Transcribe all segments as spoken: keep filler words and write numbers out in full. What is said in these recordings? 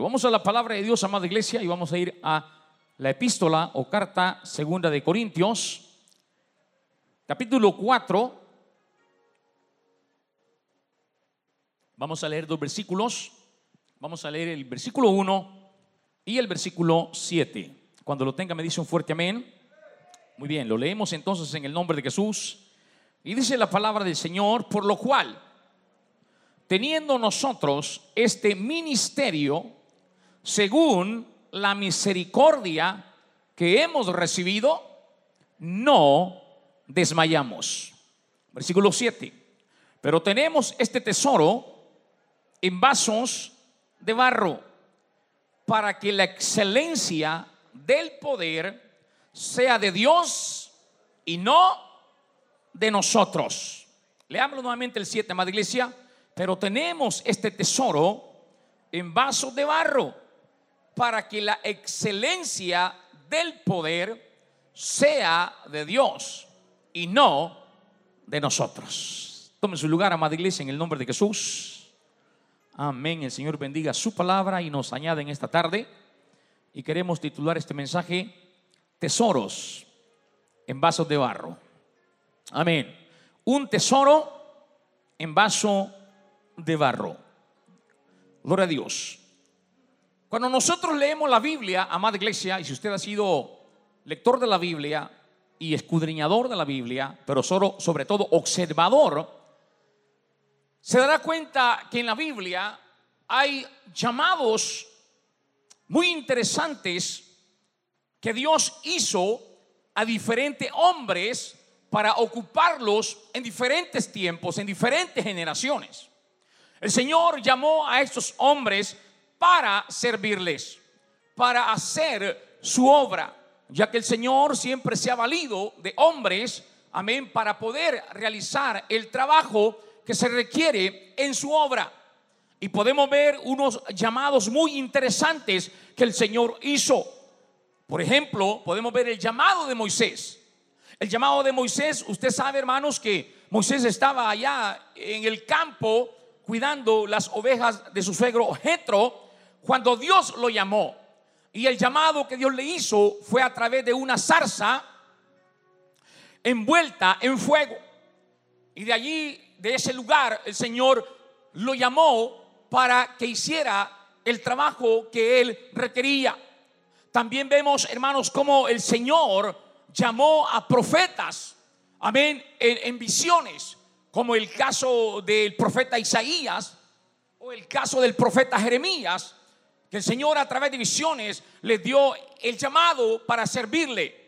Vamos a la palabra de Dios, amada iglesia, y vamos a ir a la epístola o carta segunda de Corintios, capítulo cuatro. Vamos a leer dos versículos. Vamos a leer el versículo uno y el versículo siete. Cuando lo tenga me dice un fuerte amén. Muy bien, lo leemos entonces en el nombre de Jesús. Y dice la palabra del Señor: por lo cual, teniendo nosotros este ministerio, según la misericordia que hemos recibido, no desmayamos. Versículo siete. Pero tenemos este tesoro en vasos de barro, para que la excelencia del poder sea de Dios y no de nosotros. Leámoslo nuevamente el siete, amada iglesia. Pero tenemos este tesoro en vasos de barro, para que la excelencia del poder sea de Dios y no de nosotros. Tome su lugar, amada iglesia, en el nombre de Jesús. Amén. El Señor bendiga su palabra y nos añade en esta tarde. Y queremos titular este mensaje: tesoros en vasos de barro. Amén. Un tesoro en vaso de barro. Gloria a Dios. Cuando nosotros leemos la Biblia, amada iglesia, y si usted ha sido lector de la Biblia y escudriñador de la Biblia, pero solo, sobre todo observador, se dará cuenta que en la Biblia hay llamados muy interesantes que Dios hizo a diferentes hombres para ocuparlos en diferentes tiempos, en diferentes generaciones. El Señor llamó a estos hombres para servirles, para hacer su obra, ya que el Señor siempre se ha valido de hombres, amén, para poder realizar el trabajo que se requiere en su obra. Y podemos ver unos llamados muy interesantes que el Señor hizo. Por ejemplo, podemos ver el llamado de Moisés. El llamado de Moisés, usted sabe, hermanos, que Moisés estaba allá en el campo cuidando las ovejas de su suegro Jetro cuando Dios lo llamó. Y el llamado que Dios le hizo fue a través de una zarza envuelta en fuego. Y de allí, de ese lugar, el Señor lo llamó para que hiciera el trabajo que él requería. También vemos, hermanos, cómo el Señor llamó a profetas, amén, en, en visiones, como el caso del profeta Isaías o el caso del profeta Jeremías, que el Señor a través de visiones les dio el llamado para servirle.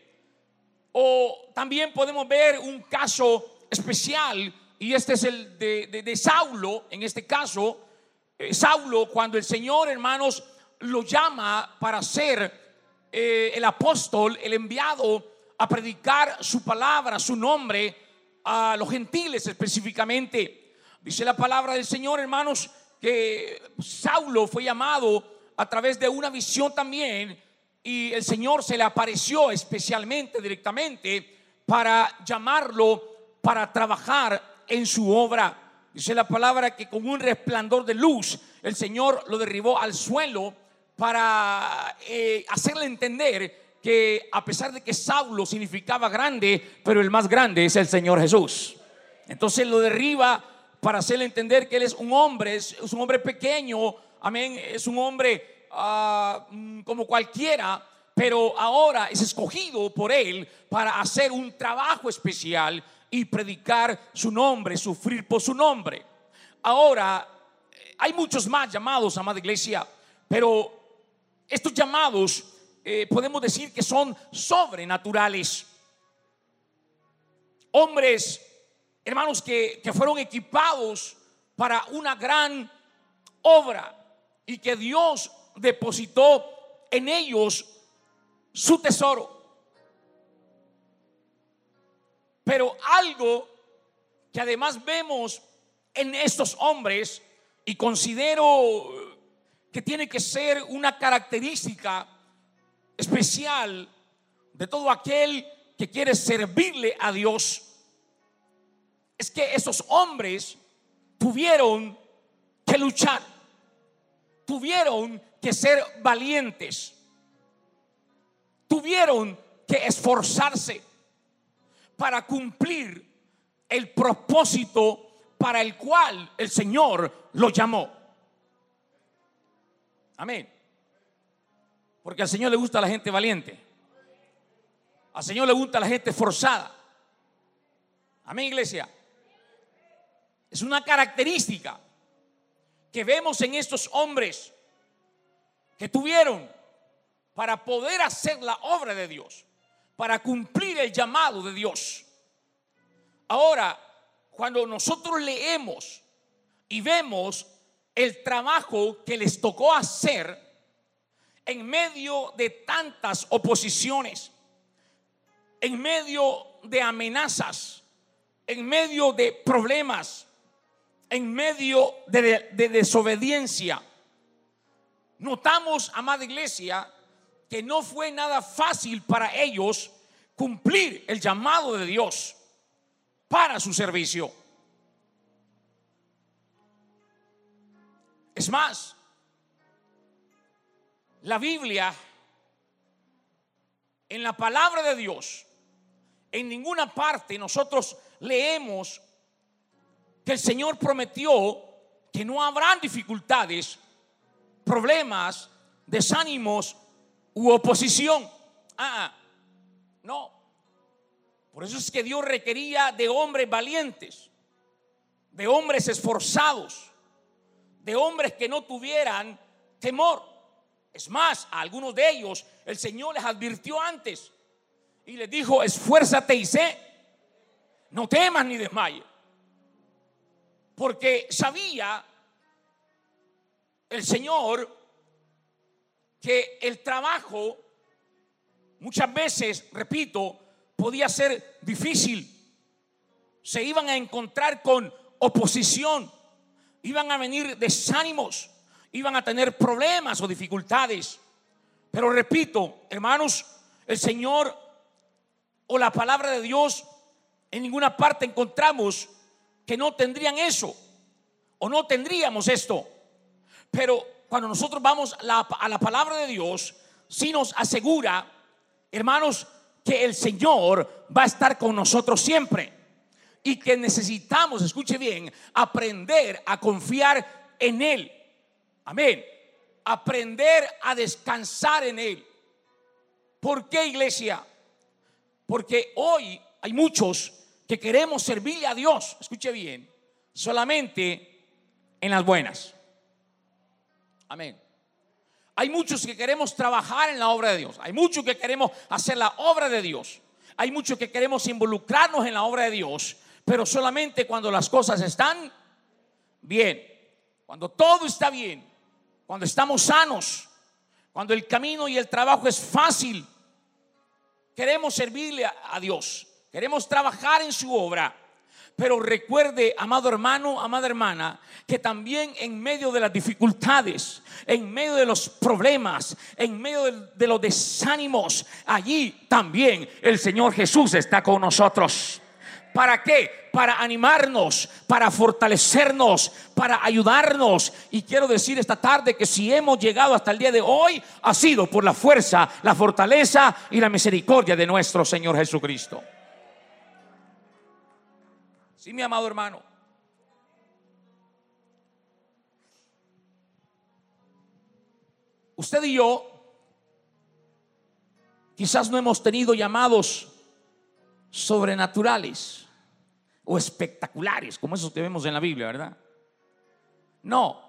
O también podemos ver un caso especial, y este es el de, de, de Saulo. En este caso, eh, Saulo, cuando el Señor, hermanos, lo llama para ser eh, el apóstol, el enviado a predicar su palabra, su nombre a los gentiles específicamente. Dice la palabra del Señor, hermanos, que Saulo fue llamado a través de una visión también, y el Señor se le apareció especialmente, directamente, para llamarlo para trabajar en su obra. Dice la palabra que con un resplandor de luz el Señor lo derribó al suelo para eh, hacerle entender que a pesar de que Saulo significaba grande, pero el más grande es el Señor Jesús. Entonces lo derriba para hacerle entender que él es un hombre, es, es un hombre pequeño, amén, es un hombre uh, como cualquiera, pero ahora es escogido por él para hacer un trabajo especial y predicar su nombre, sufrir por su nombre. Ahora, hay muchos más llamados, amada iglesia, pero estos llamados Eh, podemos decir que son sobrenaturales. Hombres, hermanos, que, que fueron equipados para una gran obra y que Dios depositó en ellos su tesoro. Pero algo que además vemos en estos hombres, y considero que tiene que ser una característica especial de todo aquel que quiere servirle a Dios, es que esos hombres tuvieron que luchar, tuvieron que ser valientes. Tuvieron que esforzarse para cumplir el propósito para el cual el Señor lo llamó. Amén. Porque al Señor le gusta la gente valiente. Al Señor le gusta la gente esforzada. Amén, iglesia. Es una característica que vemos en estos hombres que tuvieron para poder hacer la obra de Dios, para cumplir el llamado de Dios. Ahora, cuando nosotros leemos y vemos el trabajo que les tocó hacer en medio de tantas oposiciones, en medio de amenazas, en medio de problemas, en medio de, de, de desobediencia, notamos, amada iglesia, que no fue nada fácil para ellos cumplir el llamado de Dios para su servicio. Es más, la Biblia, en la palabra de Dios, en ninguna parte nosotros leemos que el Señor prometió que no habrán dificultades, problemas, desánimos u oposición. Ah, no. Por eso es que Dios requería de hombres valientes, de hombres esforzados, de hombres que no tuvieran temor. Es más, a algunos de ellos el Señor les advirtió antes y les dijo: esfuérzate y sé, no temas ni desmayes. Porque sabía el Señor que el trabajo muchas veces, repito, podía ser difícil. Se iban a encontrar con oposición, iban a venir desánimos, iban a tener problemas o dificultades. Pero repito, hermanos, el Señor o la palabra de Dios, en ninguna parte encontramos que no tendrían eso o no tendríamos esto. Pero cuando nosotros vamos a la, a la palabra de Dios, sí nos asegura, hermanos, que el Señor va a estar con nosotros siempre y que necesitamos, escuche bien, aprender a confiar en Él. Amén. Aprender a descansar en Él. ¿Por qué, iglesia? Porque hoy hay muchos que queremos servirle a Dios, escuche bien, solamente en las buenas. Amén. Hay muchos que queremos trabajar en la obra de Dios. Hay muchos que queremos hacer la obra de Dios. Hay muchos que queremos involucrarnos en la obra de Dios, pero solamente cuando las cosas están bien, cuando todo está bien, cuando estamos sanos, cuando el camino y el trabajo es fácil. Queremos servirle a, a Dios, queremos trabajar en su obra. Pero recuerde, amado hermano, amada hermana, que también en medio de las dificultades, en medio de los problemas, en medio de, de los desánimos, allí también el Señor Jesús está con nosotros. ¿Para qué? Para animarnos, para fortalecernos, para ayudarnos. Y quiero decir esta tarde que si hemos llegado hasta el día de hoy, ha sido por la fuerza, la fortaleza y la misericordia de nuestro Señor Jesucristo. Sí, mi amado hermano. Usted y yo quizás no hemos tenido llamados sobrenaturales o espectaculares como esos que vemos en la Biblia, ¿verdad? No.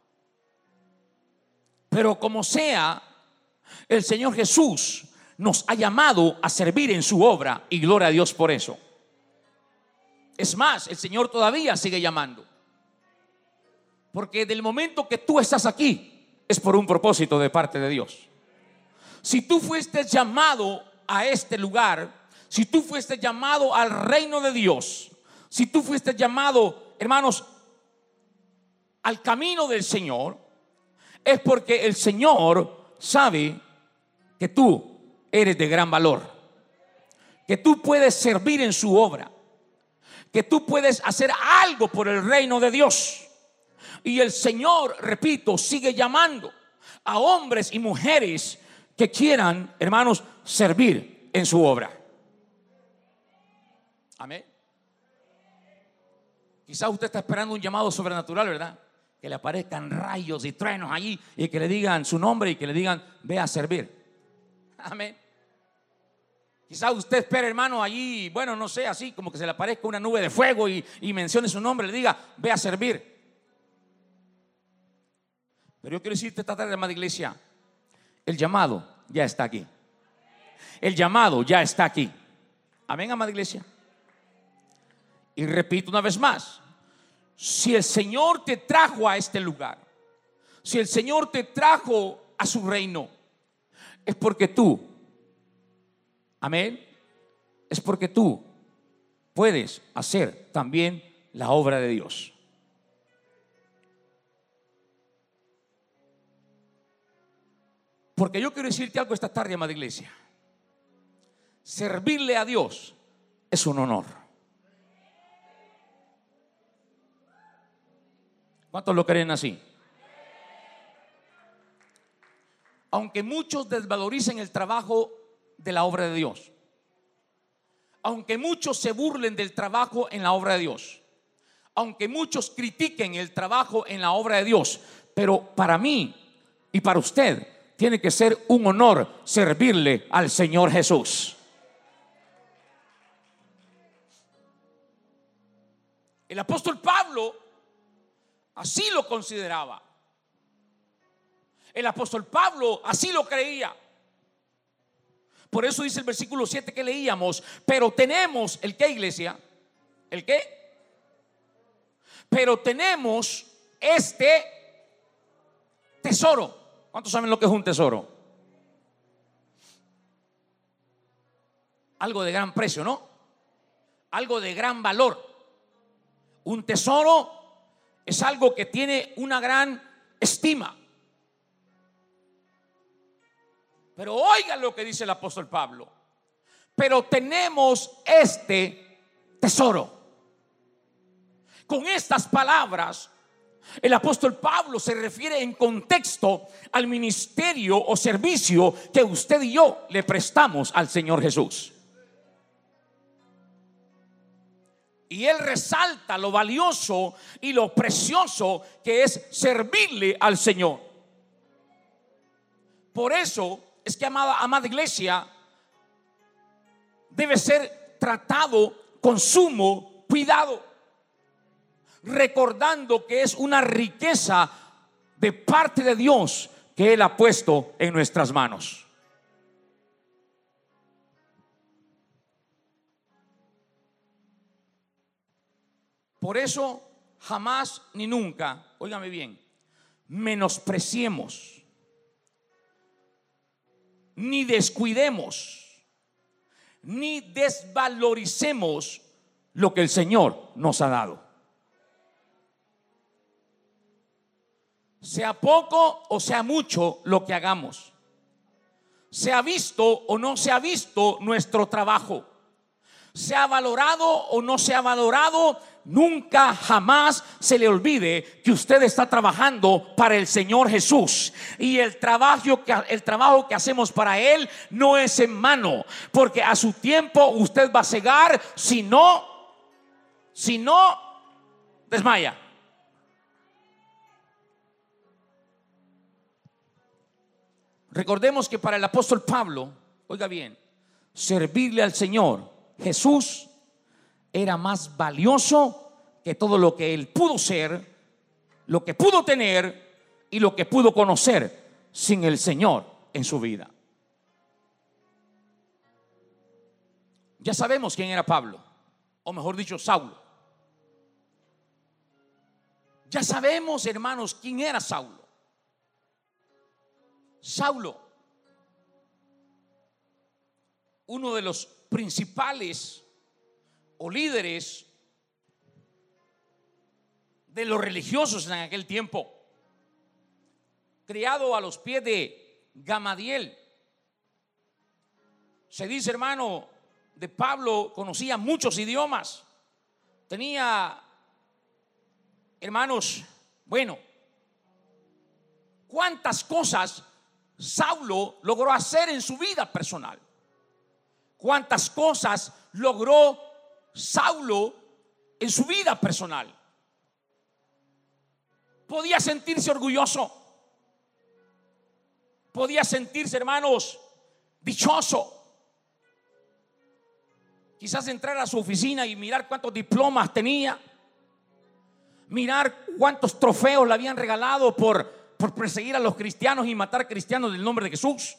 Pero como sea, el Señor Jesús nos ha llamado a servir en su obra y gloria a Dios por eso. Es más, el Señor todavía sigue llamando. Porque del momento que tú estás aquí es por un propósito de parte de Dios. Si tú fuiste llamado a este lugar, si tú fuiste llamado al reino de Dios, si tú fuiste llamado, hermanos, al camino del Señor, es porque el Señor sabe que tú eres de gran valor, que tú puedes servir en su obra, que tú puedes hacer algo por el reino de Dios. Y el Señor, repito, sigue llamando a hombres y mujeres que quieran, hermanos, servir en su obra. Amén. Quizás usted está esperando un llamado sobrenatural, ¿verdad? Que le aparezcan rayos y truenos allí y que le digan su nombre y que le digan: ve a servir. Amén. Quizás usted espera, hermano, allí, bueno, no sé, así como que se le aparezca una nube de fuego y, y mencione su nombre y le diga: ve a servir. Pero yo quiero decirte esta tarde, amada iglesia, el llamado ya está aquí. El llamado ya está aquí. Amén, amada iglesia. Y repito una vez más: si el Señor te trajo a este lugar, si el Señor te trajo a su reino, es porque tú, amén, es porque tú puedes hacer también la obra de Dios. Porque yo quiero decirte algo esta tarde, amada iglesia: servirle a Dios es un honor. ¿Cuántos lo creen así? Aunque muchos desvaloricen el trabajo de la obra de Dios, aunque muchos se burlen del trabajo en la obra de Dios, aunque muchos critiquen el trabajo en la obra de Dios, pero para mí y para usted tiene que ser un honor servirle al Señor Jesús. El apóstol Pablo así lo consideraba. El apóstol Pablo así lo creía. Por eso dice el versículo siete que leíamos: pero tenemos, ¿el qué, iglesia? ¿El qué? Pero tenemos este tesoro. ¿Cuántos saben lo que es un tesoro? Algo de gran precio, ¿no? Algo de gran valor. Un tesoro es algo que tiene una gran estima. Pero oigan lo que dice el apóstol Pablo: pero tenemos este tesoro. Con estas palabras, el apóstol Pablo se refiere en contexto al ministerio o servicio que usted y yo le prestamos al Señor Jesús. Y él resalta lo valioso y lo precioso que es servirle al Señor. Por eso es que, amada, amada iglesia, debe ser tratado con sumo cuidado, recordando que es una riqueza de parte de Dios que Él ha puesto en nuestras manos. Por eso jamás ni nunca, óigame bien, menospreciemos ni descuidemos ni desvaloricemos lo que el Señor nos ha dado. Sea poco o sea mucho lo que hagamos, sea visto o no sea visto nuestro trabajo, sea valorado o no sea valorado, nunca jamás se le olvide que usted está trabajando para el Señor Jesús. Y el trabajo que, el trabajo que hacemos para Él no es en vano, porque a su tiempo usted va a cegar, si no, si no, desmaya. Recordemos que para el apóstol Pablo, oiga bien, servirle al Señor Jesús era más valioso que todo lo que él pudo ser, lo que pudo tener y lo que pudo conocer sin el Señor en su vida. Ya sabemos quién era Pablo, o mejor dicho, Saulo. Ya sabemos, hermanos, quién era Saulo. Saulo, uno de los principales o líderes de los religiosos en aquel tiempo, criado a los pies de Gamaliel. Se dice, hermano, de Pablo conocía muchos idiomas, tenía, hermanos, bueno, cuántas cosas Saulo logró hacer en su vida personal. Cuántas cosas logró Saulo en su vida personal. Podía sentirse orgulloso. Podía sentirse, hermanos, dichoso. Quizás entrar a su oficina y mirar cuántos diplomas tenía. Mirar cuántos trofeos le habían regalado por, por perseguir a los cristianos y matar cristianos en el nombre de Jesús.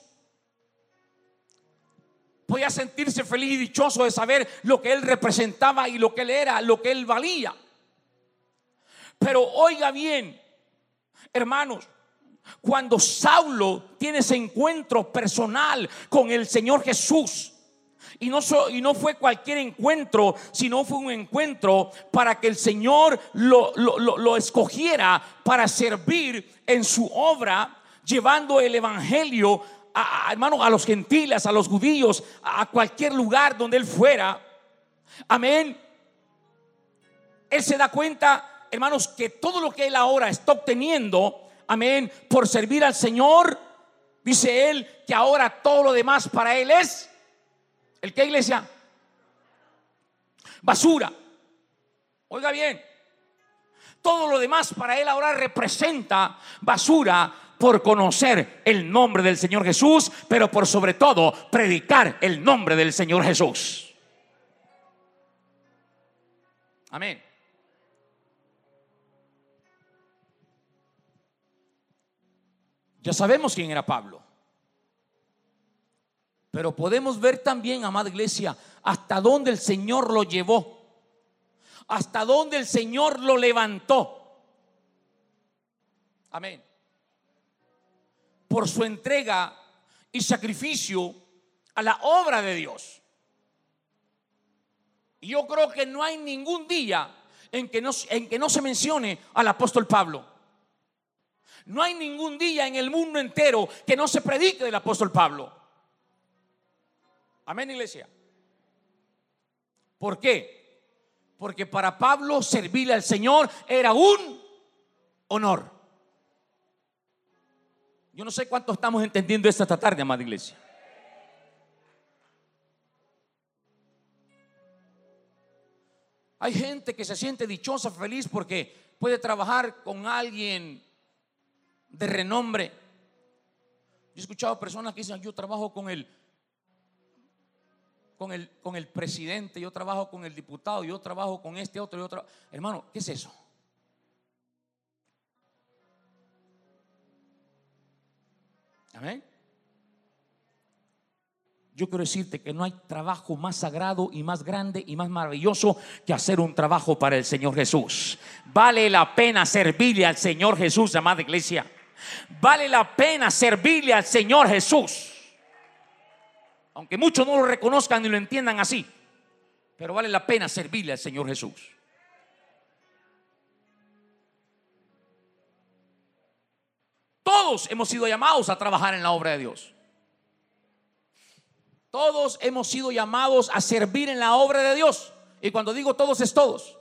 Podía sentirse feliz y dichoso de saber lo que él representaba y lo que él era, lo que él valía. Pero oiga bien, hermanos, cuando Saulo tiene ese encuentro personal con el Señor Jesús, y no, so, y no fue cualquier encuentro, sino fue un encuentro para que el Señor lo, lo, lo, lo escogiera para servir en su obra, llevando el evangelio a, a, hermanos, a los gentiles, a los judíos, a cualquier lugar donde él fuera. Amén. Él se da cuenta, hermanos, que todo lo que él ahora está obteniendo, amén, por servir al Señor, dice él que ahora todo lo demás para él es ¿el qué, iglesia? Basura. Oiga bien, todo lo demás para él ahora representa basura por conocer el nombre del Señor Jesús, pero por sobre todo predicar el nombre del Señor Jesús. Amén. Ya sabemos quién era Pablo, pero podemos ver también, amada iglesia, hasta dónde el Señor lo llevó, hasta dónde el Señor lo levantó. Amén. Por su entrega y sacrificio a la obra de Dios. Y yo creo que no hay ningún día en que no, en que no se mencione al apóstol Pablo. No hay ningún día en el mundo entero que no se predique del apóstol Pablo. Amén, iglesia. ¿Por qué? Porque para Pablo servirle al Señor era un honor. Yo no sé cuánto estamos entendiendo esto esta tarde, amada iglesia. Hay gente que se siente dichosa, feliz porque puede trabajar con alguien de renombre. Yo he escuchado personas que dicen: yo trabajo con el con el, con el presidente, yo trabajo con el diputado, yo trabajo con este otro y otro. Hermano, ¿qué es eso? Amén. Yo quiero decirte que no hay trabajo más sagrado y más grande y más maravilloso que hacer un trabajo para el Señor Jesús. Vale la pena servirle al Señor Jesús, amada iglesia. Vale la pena servirle al Señor Jesús. Aunque muchos no lo reconozcan ni lo entiendan así, pero vale la pena servirle al Señor Jesús. Todos hemos sido llamados a trabajar en la obra de Dios. Todos hemos sido llamados a servir en la obra de Dios. Y cuando digo todos, es todos.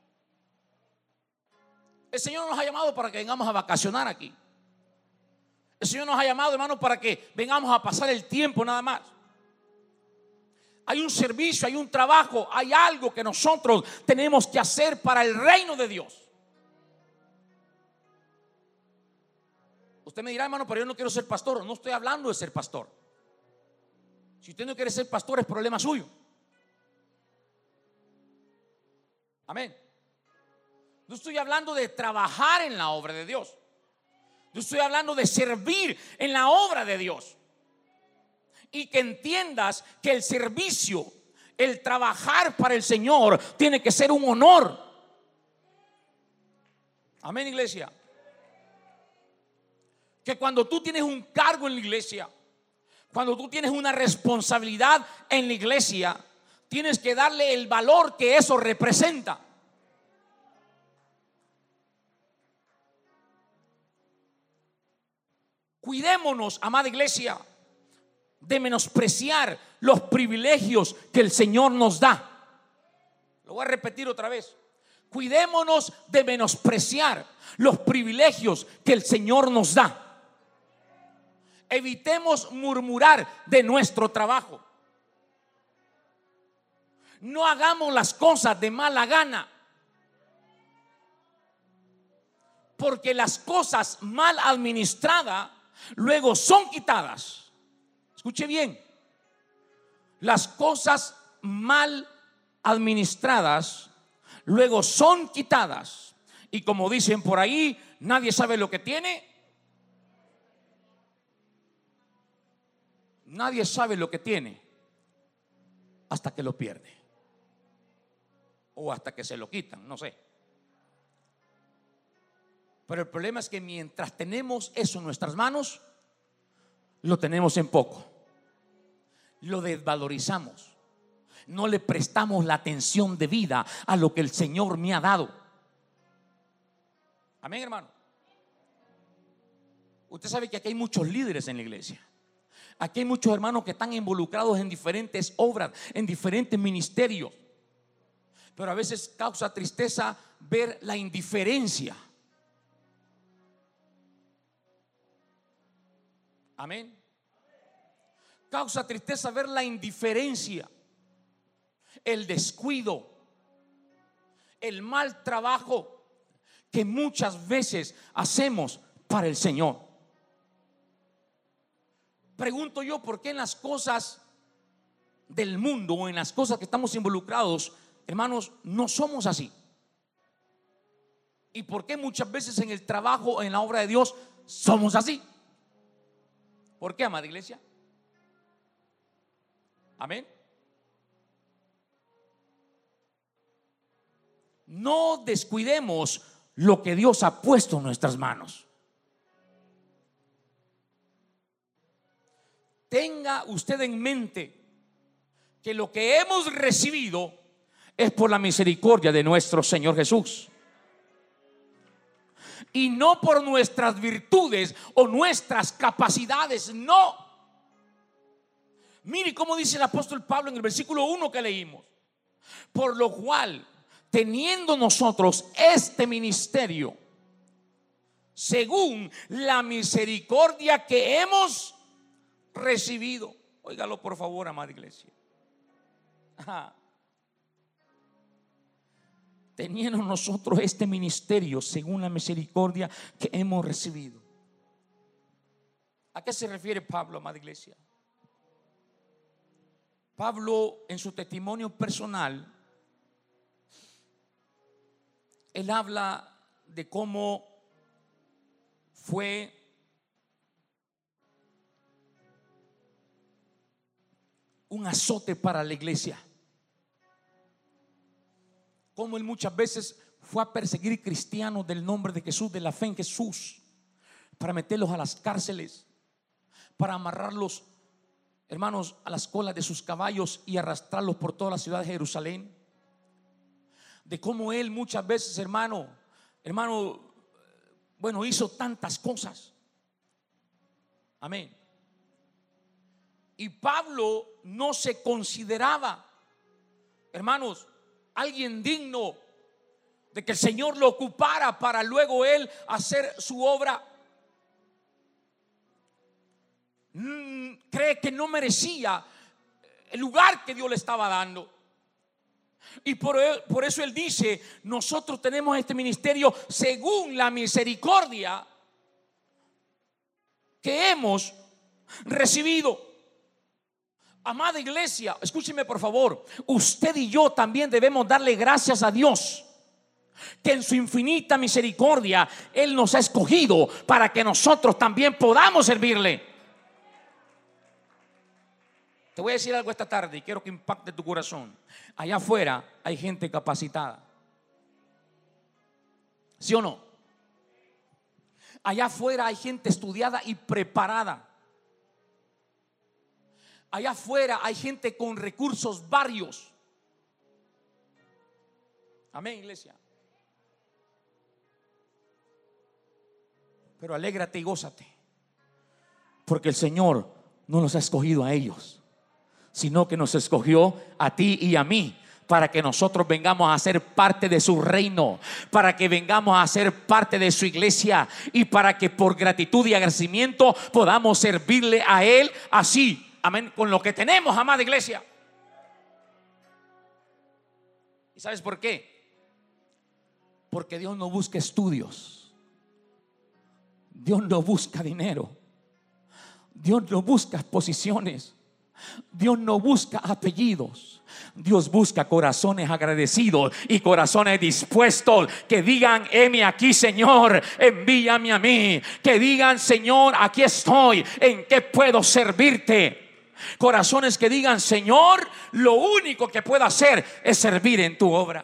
El Señor nos ha llamado para que vengamos a vacacionar aquí. El Señor nos ha llamado, hermano, para que vengamos a pasar el tiempo nada más. Hay un servicio, hay un trabajo, hay algo que nosotros tenemos que hacer para el reino de Dios. Usted me dirá: hermano, pero yo no quiero ser pastor. No estoy hablando de ser pastor. Si usted no quiere ser pastor, es problema suyo. Amén. No estoy hablando de trabajar en la obra de Dios. Yo estoy hablando de servir en la obra de Dios. Y que entiendas que el servicio, el trabajar para el Señor, tiene que ser un honor. Amén, iglesia. Que cuando tú tienes un cargo en la iglesia, cuando tú tienes una responsabilidad en la iglesia, tienes que darle el valor que eso representa. Cuidémonos, amada iglesia, de menospreciar los privilegios que el Señor nos da. Lo voy a repetir otra vez. Cuidémonos de menospreciar los privilegios que el Señor nos da. evitemos murmurar de nuestro trabajo. No hagamos las cosas de mala gana, porque las cosas mal administradas luego son quitadas. Escuche bien, las cosas mal administradas luego son quitadas. Y como dicen por ahí, nadie sabe lo que tiene. Nadie sabe lo que tiene hasta que lo pierde, o hasta que se lo quitan, no sé. Pero el problema es que mientras tenemos eso en nuestras manos, lo tenemos en poco, lo desvalorizamos, no le prestamos la atención debida a lo que el Señor me ha dado. Amén, hermano. Usted sabe que aquí hay muchos líderes en la iglesia. Aquí hay muchos hermanos que están involucrados en diferentes obras, en diferentes ministerios. Pero a veces causa tristeza ver la indiferencia. Amén. Causa tristeza ver la indiferencia, el descuido, el mal trabajo que muchas veces hacemos para el Señor. Pregunto yo, ¿por qué en las cosas del mundo o en las cosas que estamos involucrados, hermanos, no somos así? ¿Y por qué muchas veces en el trabajo, en la obra de Dios, somos así? ¿Por qué, amada iglesia? Amén. No descuidemos lo que Dios ha puesto en nuestras manos. Tenga usted en mente que lo que hemos recibido es por la misericordia de nuestro Señor Jesús, y no por nuestras virtudes o nuestras capacidades. No. Mire cómo dice el apóstol Pablo en el versículo uno que leímos: por lo cual, teniendo nosotros este ministerio, según la misericordia que hemos recibido. Óigalo por favor, amada iglesia. Ajá. Teniendo nosotros este ministerio según la misericordia que hemos recibido. ¿A qué se refiere Pablo, amada iglesia? Pablo, en su testimonio personal, él habla de cómo fue un azote para la iglesia, como él muchas veces fue a perseguir cristianos del nombre de Jesús, de la fe en Jesús, para meterlos a las cárceles, para amarrarlos, hermanos, a las colas de sus caballos y arrastrarlos por toda la ciudad de Jerusalén. De cómo él muchas veces, hermano, hermano, bueno, hizo tantas cosas. Amén. Y Pablo no se consideraba, hermanos, alguien digno de que el Señor lo ocupara para luego él hacer su obra. Mm, cree que no merecía el lugar que Dios le estaba dando. Y por, por eso él dice: nosotros tenemos este ministerio según la misericordia que hemos recibido. Amada iglesia, escúcheme por favor. Usted y yo también debemos darle gracias a Dios que en su infinita misericordia Él nos ha escogido para que nosotros también podamos servirle. Te voy a decir algo esta tarde y quiero que impacte tu corazón. Allá afuera hay gente capacitada, ¿sí o no? Allá afuera hay gente estudiada y preparada. Allá afuera hay gente con recursos varios. Amén, iglesia. Pero alégrate y gózate, porque el Señor no nos ha escogido a ellos, sino que nos escogió a ti y a mí. para que nosotros vengamos a ser parte de su reino, para que vengamos a ser parte de su iglesia y para que por gratitud y agradecimiento podamos servirle a Él así, amén, con lo que tenemos, amada iglesia. ¿Y sabes por qué? Porque Dios no busca estudios, Dios no busca dinero, Dios no busca posiciones, Dios no busca apellidos. Dios busca corazones agradecidos y corazones dispuestos que digan: heme aquí, Señor, envíame a mí. Que digan: Señor, aquí estoy, ¿en qué puedo servirte? Corazones que digan: Señor, lo único que puedo hacer es servir en tu obra.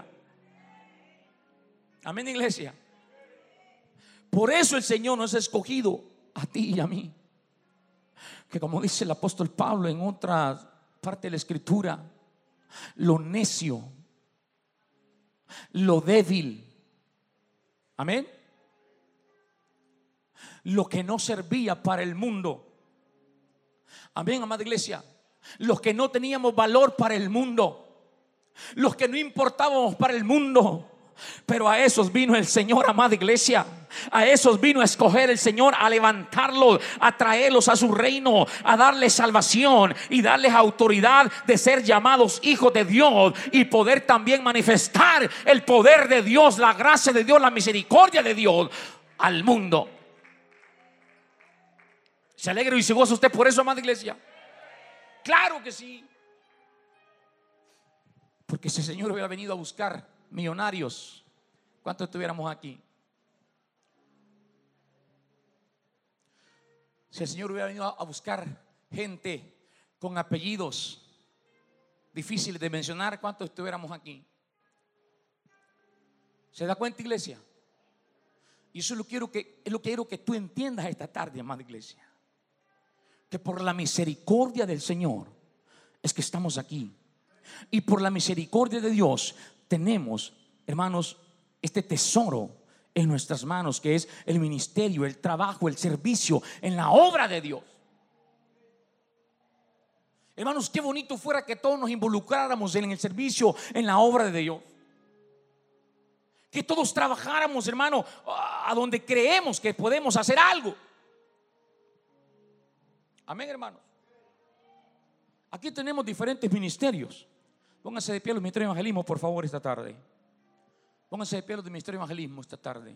Amén, iglesia. Por eso el Señor nos ha escogido a ti y a mí, que como dice el apóstol Pablo en otra parte de la escritura, lo necio, lo débil, amén, lo que no servía para el mundo, amén, amada iglesia, los que no teníamos valor para el mundo, los que no importábamos para el mundo. Pero a esos vino el Señor, amada iglesia. A esos vino a escoger el Señor, a levantarlos, a traerlos a su reino, a darles salvación y darles autoridad de ser llamados hijos de Dios y poder también manifestar el poder de Dios, la gracia de Dios, la misericordia de Dios al mundo. ¿Se alegra y se goza usted por eso, amada iglesia? Claro que sí. Porque si el Señor hubiera venido a buscar millonarios, ¿cuántos estuviéramos aquí? Si el Señor hubiera venido a buscar gente con apellidos difíciles de mencionar, ¿cuántos estuviéramos aquí? ¿Se da cuenta, iglesia? Y eso es lo que quiero que, es lo que quiero que tú entiendas esta tarde, amada iglesia, que por la misericordia del Señor es que estamos aquí. Y por la misericordia de Dios tenemos, hermanos, este tesoro en nuestras manos, que es el ministerio, el trabajo, el servicio en la obra de Dios. Hermanos, qué bonito fuera que todos nos involucráramos en el servicio, en la obra de Dios. Que todos trabajáramos, hermano, a donde creemos que podemos hacer algo. Amén, hermanos. Aquí tenemos diferentes ministerios. Pónganse de pie los ministerios de evangelismo, por favor, esta tarde. Pónganse de pie los de ministerio de evangelismo esta tarde.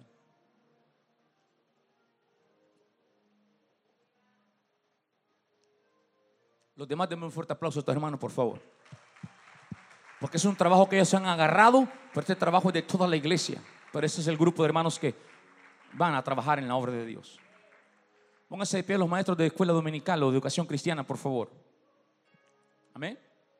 Los demás, denme un fuerte aplauso a estos hermanos, por favor. Porque es un trabajo que ellos se han agarrado, pero este trabajo es de toda la iglesia. Pero ese es el grupo de hermanos que van a trabajar en la obra de Dios. Pónganse de pie los maestros de escuela dominical o de educación cristiana, por favor. Amén.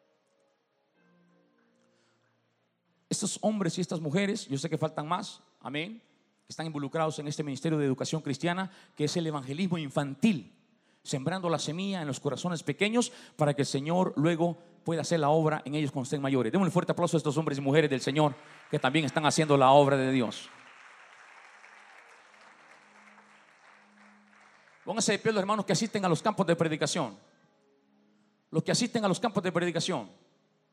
Estos hombres y estas mujeres, yo sé que faltan más, amén, que están involucrados en este ministerio de educación cristiana, que es el evangelismo infantil, sembrando la semilla en los corazones pequeños para que el Señor luego pueda hacer la obra en ellos cuando estén mayores. Démosle un fuerte aplauso a estos hombres y mujeres del Señor que también están haciendo la obra de Dios. Pónganse de pie los hermanos que asisten a los campos de predicación. Los que asisten a los campos de predicación.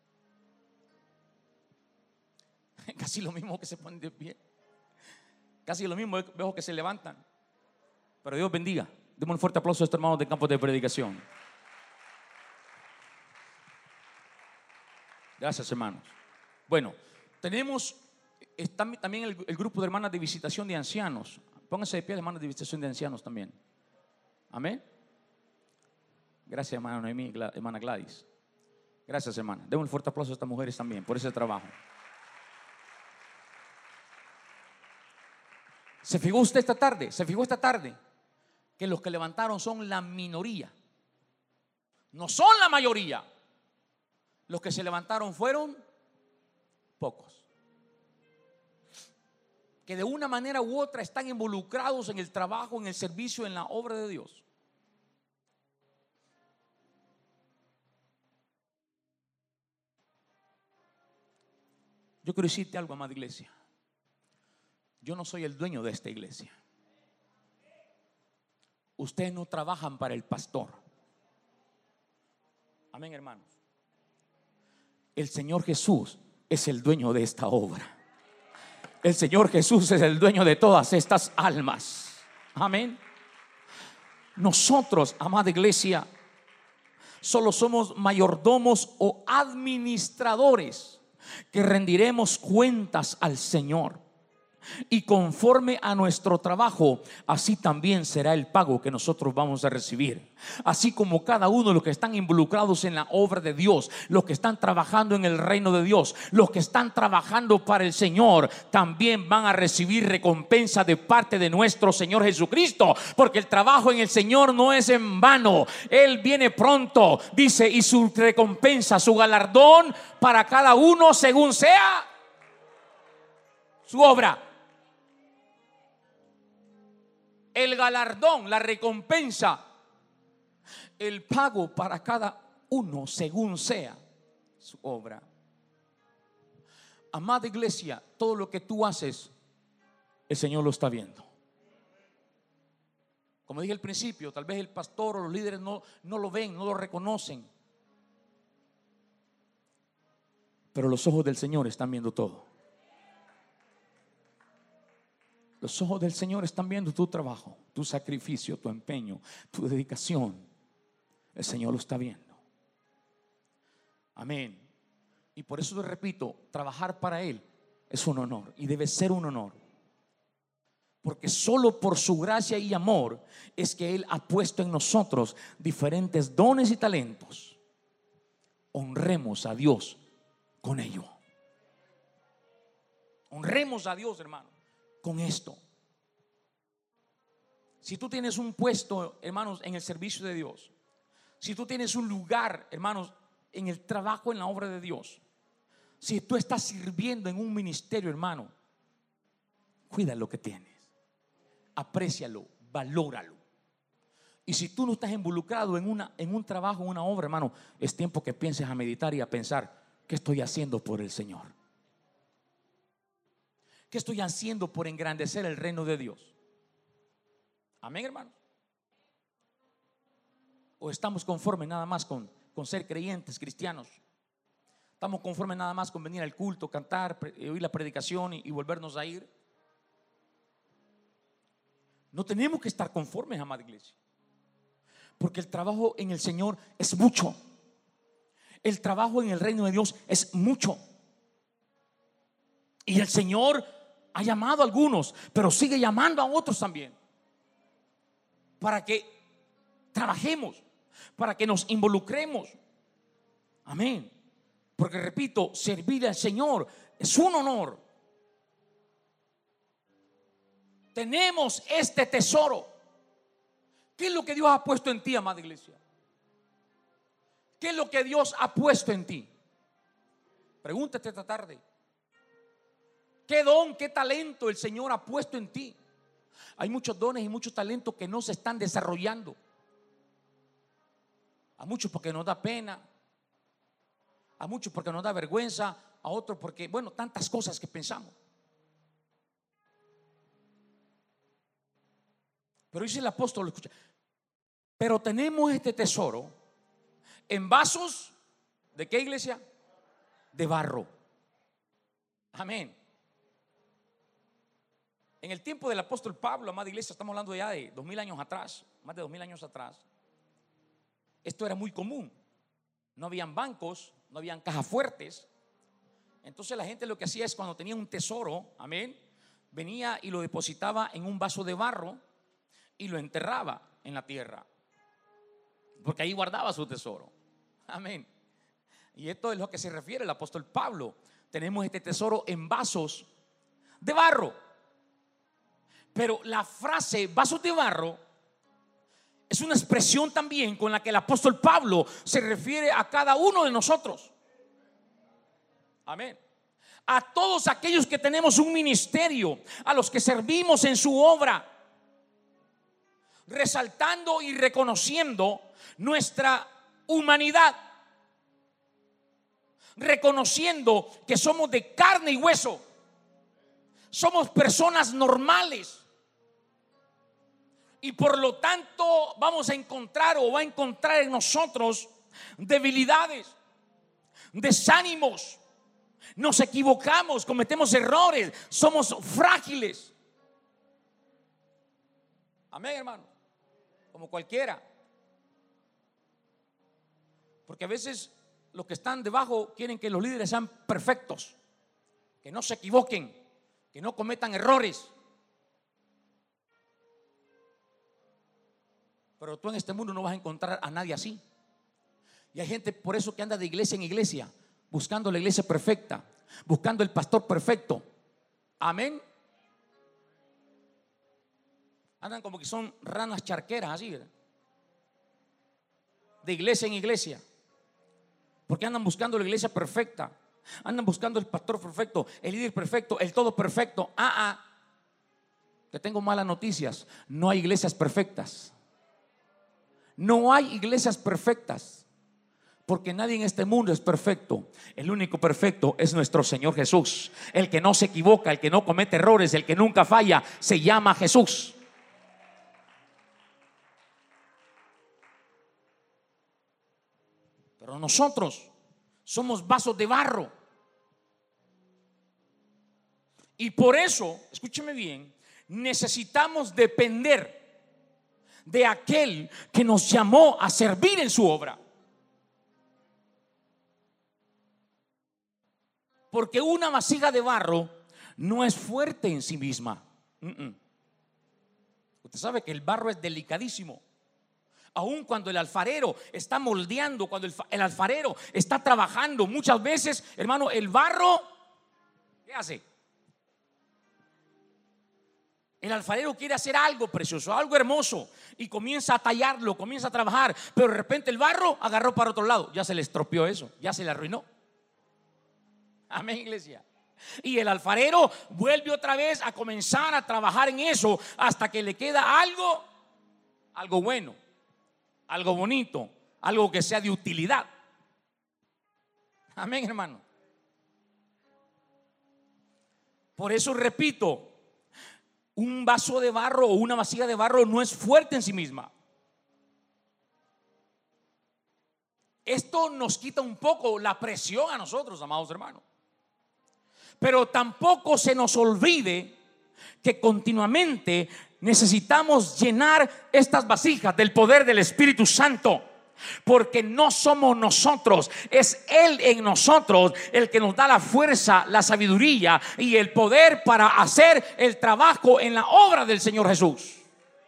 Casi lo mismo que se ponen de pie. Casi lo mismo veo que se levantan. Pero Dios bendiga. Demos un fuerte aplauso a estos hermanos de campos de predicación. Gracias, hermanos. Bueno, tenemos está también el, el grupo de hermanas de visitación de ancianos. Pónganse de pie, hermanas de visitación de ancianos también. Amén. Gracias, hermana Noemí, hermana Gladys. Gracias, hermana. Demos un fuerte aplauso a estas mujeres también por ese trabajo. ¿Se fijó usted esta tarde? ¿Se fijó esta tarde? Que los que levantaron son la minoría. No son la mayoría. Los que se levantaron fueron pocos. Que de una manera u otra están involucrados en el trabajo, en el servicio, en la obra de Dios. Yo quiero decirte algo, amada iglesia. Yo no soy el dueño de esta iglesia. Ustedes no trabajan para el pastor. Amén, hermanos. El Señor Jesús es el dueño de esta obra. El Señor Jesús es el dueño de todas estas almas. Amén. Nosotros, amada iglesia, solo somos mayordomos o administradores que rendiremos cuentas al Señor. Y conforme a nuestro trabajo, así también será el pago que nosotros vamos a recibir. Así como cada uno de los que están involucrados en la obra de Dios, los que están trabajando en el reino de Dios, los que están trabajando para el Señor, también van a recibir recompensa de parte de nuestro Señor Jesucristo. Porque el trabajo en el Señor no es en vano. Él viene pronto, dice, y su recompensa, su galardón para cada uno según sea su obra. El galardón, la recompensa, el pago para cada uno según sea su obra. Amada iglesia, todo lo que tú haces, el Señor lo está viendo. Como dije al principio, tal vez el pastor o los líderes no, no lo ven, no lo reconocen, pero los ojos del Señor están viendo todo. Los ojos del Señor están viendo tu trabajo, tu sacrificio, tu empeño, tu dedicación. El Señor lo está viendo. Amén. Y por eso te repito, trabajar para Él es un honor y debe ser un honor. Porque solo por su gracia y amor es que Él ha puesto en nosotros diferentes dones y talentos. Honremos a Dios con ello. Honremos a Dios, hermano, con esto. Si tú tienes un puesto, hermanos, en el servicio de Dios, si tú tienes un lugar, hermanos, en el trabajo, en la obra de Dios, si tú estás sirviendo en un ministerio, hermano, cuida lo que tienes, aprécialo, valóralo. Y si tú no estás involucrado en, una, en un trabajo, en una obra, hermano, es tiempo que pienses a meditar y a pensar: ¿qué estoy haciendo por el Señor? ¿Qué estoy haciendo por engrandecer el reino de Dios? Amén, hermanos. ¿O estamos conformes nada más con, con ser creyentes cristianos? ¿Estamos conformes nada más con venir al culto, cantar, pre, oír la predicación y, y volvernos a ir? No tenemos que estar conformes, amada iglesia, porque el trabajo en el Señor es mucho. El trabajo en el reino de Dios es mucho. Y el Señor ha llamado a algunos, pero sigue llamando a otros también, para que trabajemos, para que nos involucremos. Amén. Porque repito, servir al Señor es un honor. Tenemos este tesoro. ¿Qué es lo que Dios ha puesto en ti, amada iglesia? ¿Qué es lo que Dios ha puesto en ti? Pregúntate esta tarde. ¿Qué don, qué talento el Señor ha puesto en ti? Hay muchos dones y muchos talentos que no se están desarrollando. A muchos porque nos da pena, a muchos porque nos da vergüenza, a otros porque, bueno, tantas cosas que pensamos. Pero dice el apóstol, escucha, pero tenemos este tesoro en vasos ¿de qué, iglesia? De barro. Amén. En el tiempo del apóstol Pablo, amada iglesia, estamos hablando ya de dos mil años atrás, más de dos mil años atrás, esto era muy común. No habían bancos, no habían cajas fuertes. Entonces la gente lo que hacía es, cuando tenía un tesoro, amén, venía y lo depositaba en un vaso de barro y lo enterraba en la tierra, porque ahí guardaba su tesoro. Amén. Y esto es lo que se refiere el apóstol Pablo. Tenemos este tesoro en vasos de barro. Pero la frase vasos de barro es una expresión también con la que el apóstol Pablo se refiere a cada uno de nosotros. Amén. A todos aquellos que tenemos un ministerio, a los que servimos en su obra, resaltando y reconociendo nuestra humanidad, reconociendo que somos de carne y hueso, somos personas normales, y por lo tanto vamos a encontrar o va a encontrar en nosotros debilidades, desánimos, Nos equivocamos, cometemos errores, somos frágiles. Amén, hermano. Como cualquiera. Porque a veces los que están debajo quieren que los líderes sean perfectos, que no se equivoquen, que no cometan errores. Pero tú en este mundo no vas a encontrar a nadie así. Y hay gente por eso que anda de iglesia en iglesia, buscando la iglesia perfecta, buscando el pastor perfecto. Amén. Andan como que son ranas charqueras así, ¿verdad? De iglesia en iglesia. Porque andan buscando la iglesia perfecta, andan buscando el pastor perfecto, el líder perfecto, el todo perfecto. Ah, ah. Te tengo malas noticias. No hay iglesias perfectas. No hay iglesias perfectas. Porque nadie en este mundo es perfecto. El único perfecto es nuestro Señor Jesús. El que no se equivoca, el que no comete errores, el que nunca falla, se llama Jesús. Pero nosotros somos vasos de barro. Y por eso, escúcheme bien, necesitamos depender de aquel que nos llamó a servir en su obra. Porque una vasija de barro no es fuerte en sí misma. Uh-uh. Usted sabe que el barro es delicadísimo. Aun cuando el alfarero está moldeando, cuando el, el alfarero está trabajando, muchas veces, hermano, el barro, ¿qué hace? El alfarero quiere hacer algo precioso, algo hermoso, y comienza a tallarlo, comienza a trabajar, pero de repente el barro agarró para otro lado. Ya se le estropeó eso, ya se le arruinó. Amén, iglesia. Y el alfarero vuelve otra vez a comenzar a trabajar en eso hasta que le queda algo, algo bueno, algo bonito, algo que sea de utilidad. Amén, hermano. Por eso repito, un vaso de barro o una vasija de barro no es fuerte en sí misma. Esto nos quita un poco la presión a nosotros, amados hermanos. Pero tampoco se nos olvide que continuamente necesitamos llenar estas vasijas del poder del Espíritu Santo. Porque no somos nosotros, es Él en nosotros el que nos da la fuerza, la sabiduría y el poder para hacer el trabajo en la obra del Señor Jesús.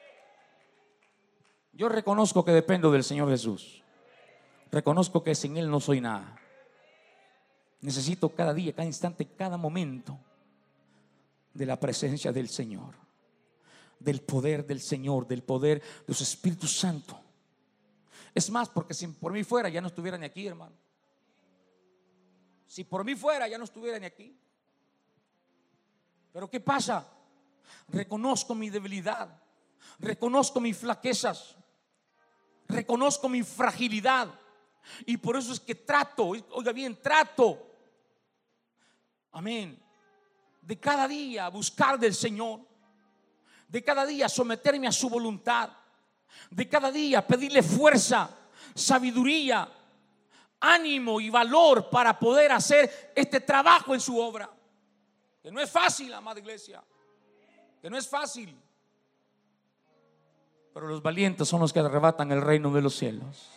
Yo reconozco que dependo del Señor Jesús. Reconozco que sin Él no soy nada. Necesito cada día, cada instante, cada momento de la presencia del Señor, del poder del Señor, del poder de su Espíritu Santo. Es más, porque si por mí fuera ya no estuviera ni aquí, hermano. Si por mí fuera ya no estuviera ni aquí. Pero ¿qué pasa? Reconozco mi debilidad, reconozco mis flaquezas, reconozco mi fragilidad. Y por eso es que trato, oiga bien, trato, amén, de cada día buscar del Señor, de cada día someterme a su voluntad, de cada día pedirle fuerza, sabiduría, ánimo y valor para poder hacer este trabajo en su obra. Que no es fácil, amada iglesia, que no es fácil. Pero los valientes son los que arrebatan el reino de los cielos.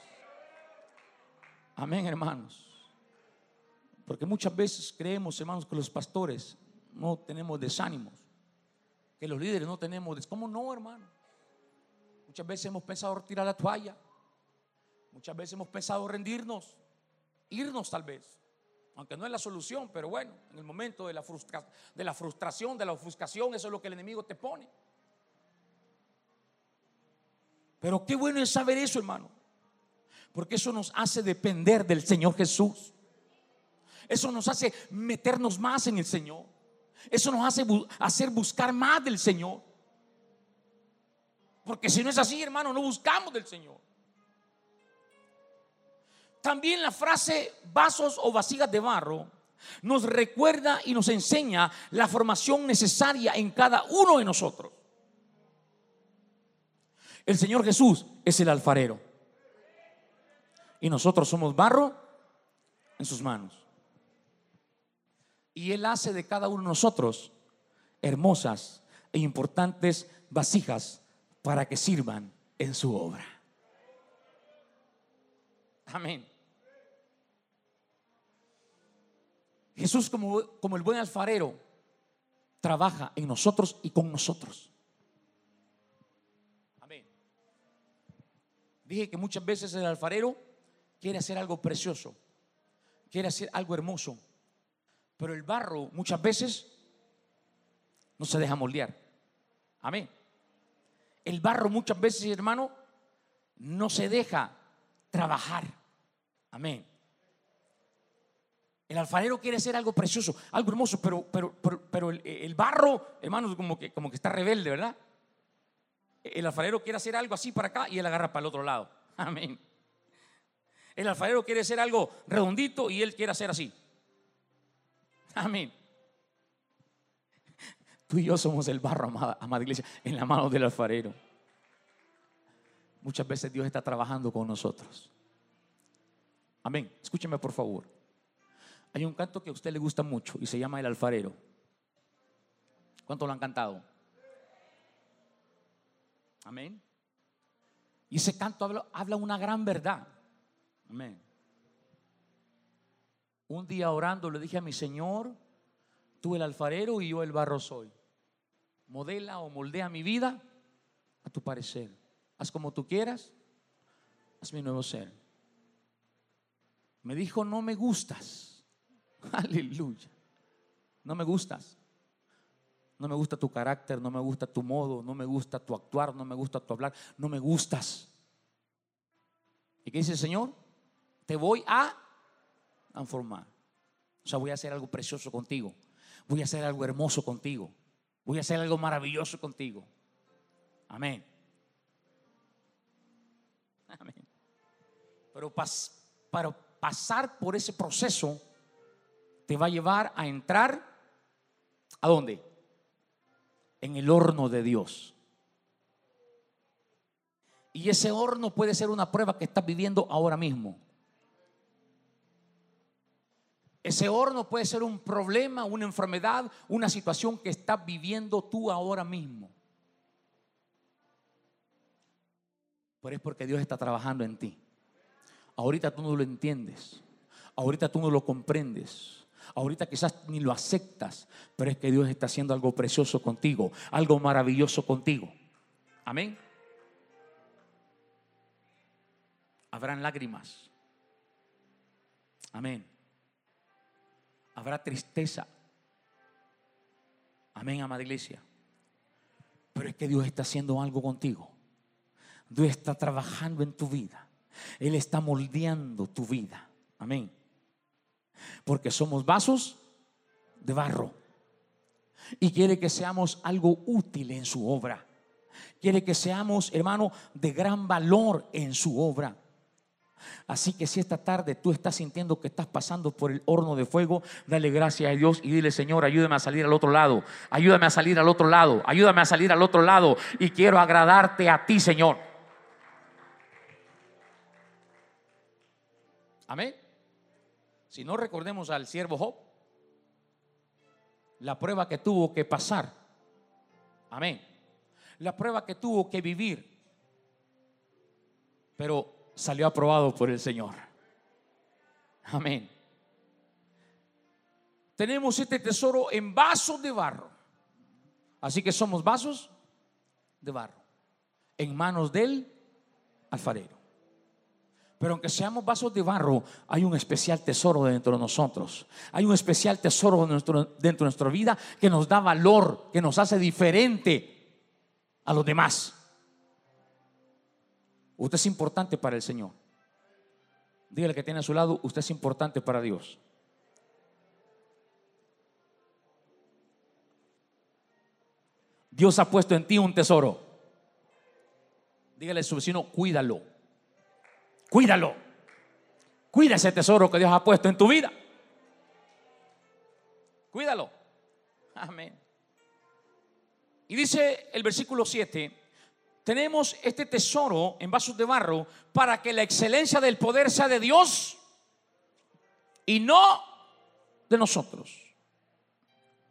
Amén, hermanos. Porque muchas veces creemos, hermanos, que los pastores no tenemos desánimos, que los líderes no tenemos des... ¿Cómo no, hermano? Muchas veces hemos pensado retirar la toalla. Muchas veces hemos pensado rendirnos, irnos tal vez, aunque no es la solución, pero bueno, en el momento de la, frustra... de la frustración, de la ofuscación, eso es lo que el enemigo te pone. Pero qué bueno es saber eso, hermano, porque eso nos hace depender del Señor Jesús. Eso nos hace meternos más en el Señor. Eso nos hace bu- hacer buscar más del Señor. Porque si no es así, hermano, no buscamos del Señor. También la frase vasos o vasijas de barro nos recuerda y nos enseña la formación necesaria en cada uno de nosotros. El Señor Jesús es el alfarero y nosotros somos barro en sus manos. Y Él hace de cada uno de nosotros hermosas e importantes vasijas para que sirvan en su obra. Amén. Jesús, como, como el buen alfarero, trabaja en nosotros y con nosotros. Amén. Dije que muchas veces el alfarero quiere hacer algo precioso, quiere hacer algo hermoso, pero el barro muchas veces no se deja moldear. Amén. El barro muchas veces, hermano, no se deja trabajar. Amén. El alfarero quiere hacer algo precioso, algo hermoso, pero, pero, pero, pero el, el barro, hermano, como que, como que está rebelde, ¿verdad? El alfarero quiere hacer algo así para acá y él agarra para el otro lado. Amén. El alfarero quiere hacer algo redondito y él quiere hacer así. Amén. Tú y yo somos el barro, amada, amada iglesia, en la mano del alfarero. Muchas veces Dios está trabajando con nosotros. Amén. Escúcheme por favor. Hay un canto que a usted le gusta mucho y se llama El Alfarero. ¿Cuántos lo han cantado? Amén. Y ese canto habla, habla una gran verdad. Amén. Un día orando le dije a mi Señor: tú el alfarero y yo el barro soy. Modela o moldea mi vida a tu parecer. Haz como tú quieras, haz mi nuevo ser. Me dijo: no me gustas. Aleluya. No me gustas. No me gusta tu carácter, no me gusta tu modo, no me gusta tu actuar, no me gusta tu hablar, no me gustas. ¿Y qué dice el Señor? Te voy a transformar. O sea, voy a hacer algo precioso contigo. Voy a hacer algo hermoso contigo. Voy a hacer algo maravilloso contigo. Amén. Amén. Pero pas, para pasar por ese proceso te va a llevar a entrar ¿a dónde? En el horno de Dios. Y ese horno puede ser una prueba que estás viviendo ahora mismo. Ese horno puede ser un problema, una enfermedad, una situación que estás viviendo tú ahora mismo. Pero es porque Dios está trabajando en ti. Ahorita tú no lo entiendes. Ahorita tú no lo comprendes. Ahorita quizás ni lo aceptas, pero es que Dios está haciendo algo precioso contigo, algo maravilloso contigo. Amén. Habrán lágrimas. Amén. Habrá tristeza. Amén, amada iglesia. Pero es que Dios está haciendo algo contigo. Dios está trabajando en tu vida. Él está moldeando tu vida. Amén. Porque somos vasos de barro. Y quiere que seamos algo útil en su obra. Quiere que seamos, hermano, de gran valor en su obra. Así que si esta tarde tú estás sintiendo que estás pasando por el horno de fuego, dale gracias a Dios y dile: Señor, ayúdame a salir al otro lado. Ayúdame a salir al otro lado. Ayúdame a salir al otro lado. Y quiero agradarte a ti, Señor. Amén. Si no, recordemos al siervo Job, la prueba que tuvo que pasar. Amén. La prueba que tuvo que vivir, pero salió aprobado por el Señor. Amén. Tenemos este tesoro en vasos de barro. Así que somos vasos de barro en manos del alfarero. Pero aunque seamos vasos de barro, hay un especial tesoro dentro de nosotros. Hay un especial tesoro dentro, dentro de nuestra vida que nos da valor, que nos hace diferente a los demás. Usted es importante para el Señor. Dígale que tiene a su lado: usted es importante para Dios. Dios ha puesto en ti un tesoro. Dígale a su vecino: cuídalo. Cuídalo. Cuida ese tesoro que Dios ha puesto en tu vida. Cuídalo. Amén. Y dice el versículo siete: tenemos este tesoro en vasos de barro para que la excelencia del poder sea de Dios y no de nosotros.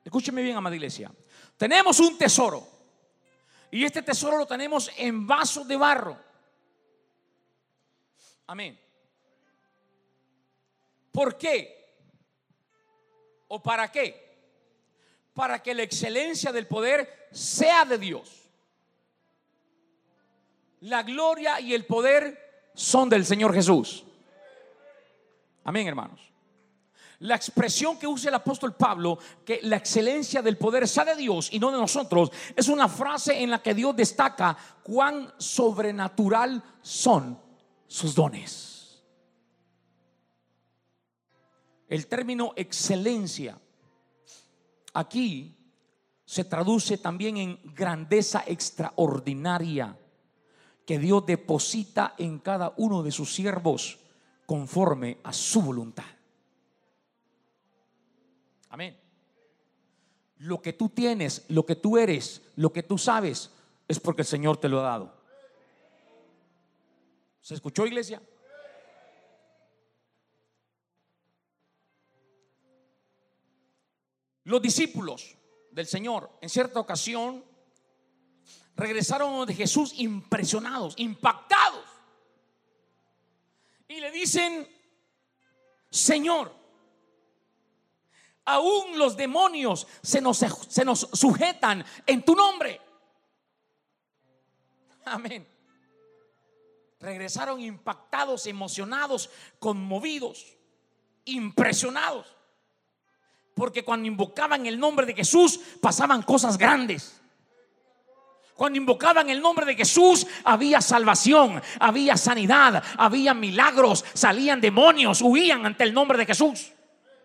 Escúcheme bien, amada iglesia. Tenemos un tesoro. Y este tesoro lo tenemos en vasos de barro. Amén. ¿Por qué? ¿O para qué? Para que la excelencia del poder sea de Dios. La gloria y el poder son del Señor Jesús. Amén, hermanos. La expresión que usa el apóstol Pablo, que la excelencia del poder sea de Dios y no de nosotros, es una frase en la que Dios destaca cuán sobrenatural son sus dones. El término excelencia aquí se traduce también en grandeza extraordinaria que Dios deposita en cada uno de sus siervos conforme a su voluntad. Amén. Lo que tú tienes, lo que tú eres, lo que tú sabes, es porque el Señor te lo ha dado. ¿Se escuchó, iglesia? Los discípulos del Señor en cierta ocasión regresaron de Jesús impresionados, impactados, y le dicen: Señor, aún los demonios se nos, se nos sujetan en tu nombre. Amén. Regresaron impactados, emocionados, conmovidos, impresionados, porque cuando invocaban el nombre de Jesús pasaban cosas grandes. Cuando invocaban el nombre de Jesús había salvación, había sanidad, había milagros, salían demonios, huían ante el nombre de Jesús.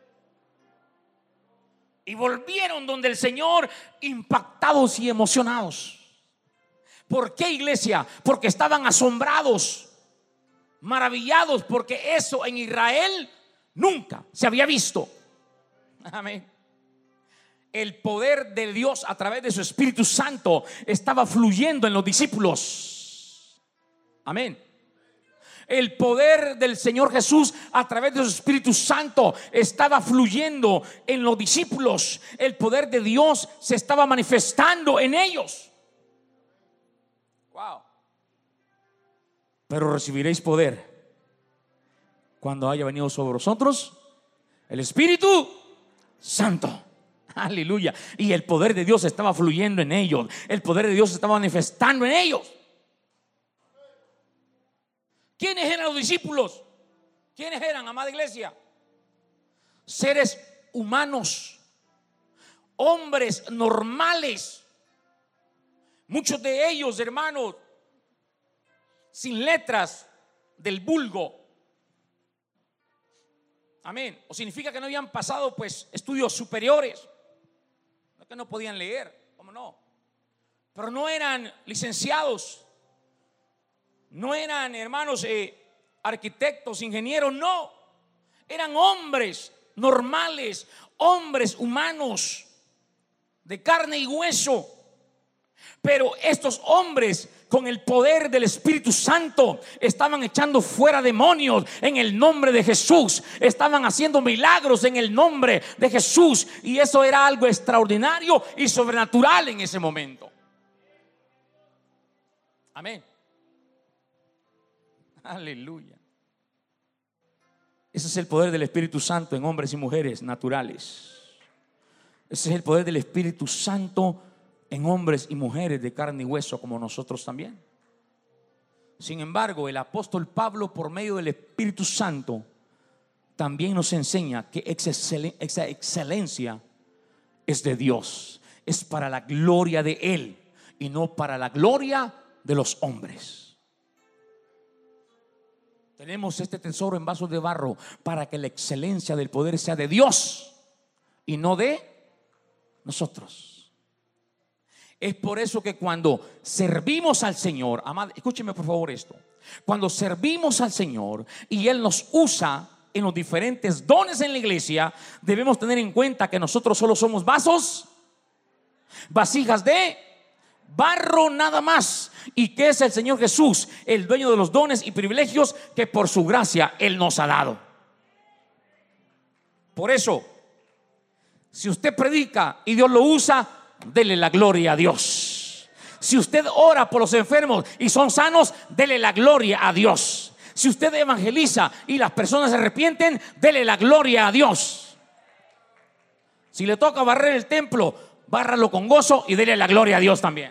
Y volvieron donde el Señor impactados y emocionados. ¿Por qué, iglesia? Porque estaban asombrados, maravillados, porque eso en Israel nunca se había visto. Amén. El poder de Dios a través de su Espíritu Santo estaba fluyendo en los discípulos. Amén. El poder del Señor Jesús a través de su Espíritu Santo estaba fluyendo en los discípulos. El poder de Dios se estaba manifestando en ellos. Wow. Pero recibiréis poder cuando haya venido sobre vosotros el Espíritu Santo. Aleluya. Y el poder de Dios estaba fluyendo en ellos. El poder de Dios se estaba manifestando en ellos. ¿Quiénes eran los discípulos? ¿Quiénes eran, amada iglesia? Seres humanos, hombres normales. Muchos de ellos, hermanos, sin letras del vulgo. Amén. O significa que no habían pasado pues estudios superiores. No es que no podían leer, ¿cómo no? Pero no eran licenciados. No eran, hermanos, eh, arquitectos, ingenieros, no. Eran hombres normales, hombres humanos de carne y hueso. Pero estos hombres, con el poder del Espíritu Santo, estaban echando fuera demonios en el nombre de Jesús. Estaban haciendo milagros en el nombre de Jesús. Y eso era algo extraordinario y sobrenatural en ese momento. Amén. Aleluya. Ese es el poder del Espíritu Santo en hombres y mujeres naturales. Ese es el poder del Espíritu Santo en hombres y mujeres de carne y hueso como nosotros también. Sin embargo, el apóstol Pablo, por medio del Espíritu Santo, también nos enseña que esa excelencia es de Dios, es para la gloria de Él y no para la gloria de los hombres. Tenemos este tesoro en vasos de barro para que la excelencia del poder sea de Dios y no de nosotros. Es por eso que cuando servimos al Señor, amad, escúcheme por favor esto. Cuando servimos al Señor y Él nos usa en los diferentes dones en la iglesia, debemos tener en cuenta que nosotros solo somos vasos, vasijas de barro nada más, y que es el Señor Jesús el dueño de los dones y privilegios que por su gracia Él nos ha dado. Por eso, Si usted predica y Dios lo usa, dele la gloria a Dios. Si usted ora por los enfermos y son sanos, dele la gloria a Dios. Si usted evangeliza y las personas se arrepienten, dele la gloria a Dios. Si le toca barrer el templo, bárralo con gozo y dele la gloria a Dios también.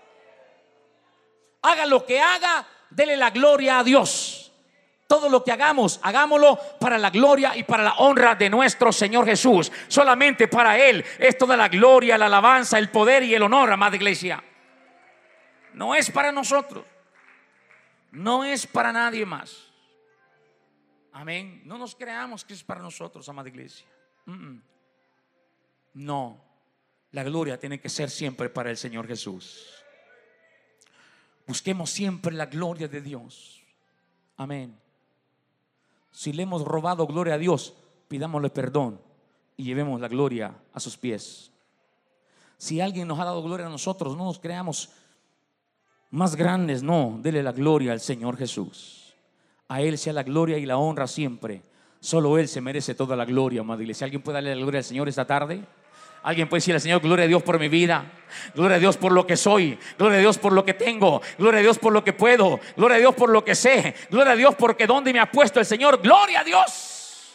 Haga lo que haga, dele la gloria a Dios. Todo lo que hagamos, hagámoslo para la gloria y para la honra de nuestro Señor Jesús. Solamente para Él es toda la gloria, la alabanza, el poder y el honor, amada iglesia. No es para nosotros, no es para nadie más. Amén. No nos creamos que es para nosotros, amada iglesia. Mm-mm. No, la gloria tiene que ser siempre para el Señor Jesús. Busquemos siempre la gloria de Dios. Amén. Si le hemos robado gloria a Dios, pidámosle perdón y llevemos la gloria a sus pies. Si alguien nos ha dado gloria a nosotros, no nos creamos más grandes, no, dele la gloria al Señor Jesús. A Él sea la gloria y la honra siempre. Solo Él se merece toda la gloria, amada iglesia. ¿Alguien puede darle la gloria al Señor esta tarde? Alguien puede decirle al Señor: gloria a Dios por mi vida, gloria a Dios por lo que soy, gloria a Dios por lo que tengo, gloria a Dios por lo que puedo, gloria a Dios por lo que sé, gloria a Dios porque donde me ha puesto el Señor. Gloria a Dios.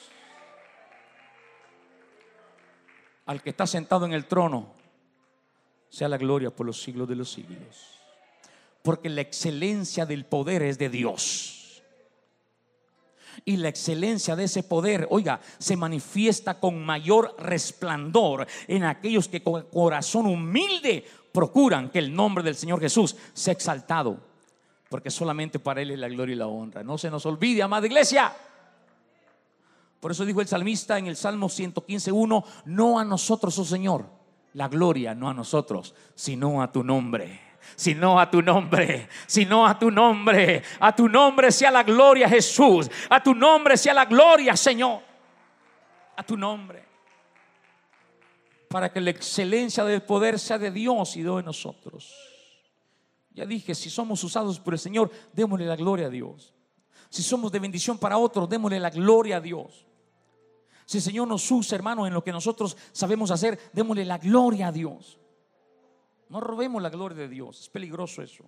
Al que está sentado en el trono sea la gloria por los siglos de los siglos, porque la excelencia del poder es de Dios. Y la excelencia de ese poder, oiga, se manifiesta con mayor resplandor en aquellos que con corazón humilde procuran que el nombre del Señor Jesús sea exaltado, porque solamente para Él es la gloria y la honra. No se nos olvide, amada iglesia. Por eso dijo el salmista en el Salmo ciento quince uno: no a nosotros, oh Señor, la gloria, no a nosotros, sino a tu nombre. Sino a tu nombre, sino a tu nombre, a tu nombre sea la gloria, Jesús, a tu nombre sea la gloria, Señor, a tu nombre, para que la excelencia del poder sea de Dios y no de nosotros. Ya dije, si somos usados por el Señor, démosle la gloria a Dios. Si somos de bendición para otros, démosle la gloria a Dios. Si el Señor nos usa, hermano, en lo que nosotros sabemos hacer, démosle la gloria a Dios. No robemos la gloria de Dios, es peligroso eso.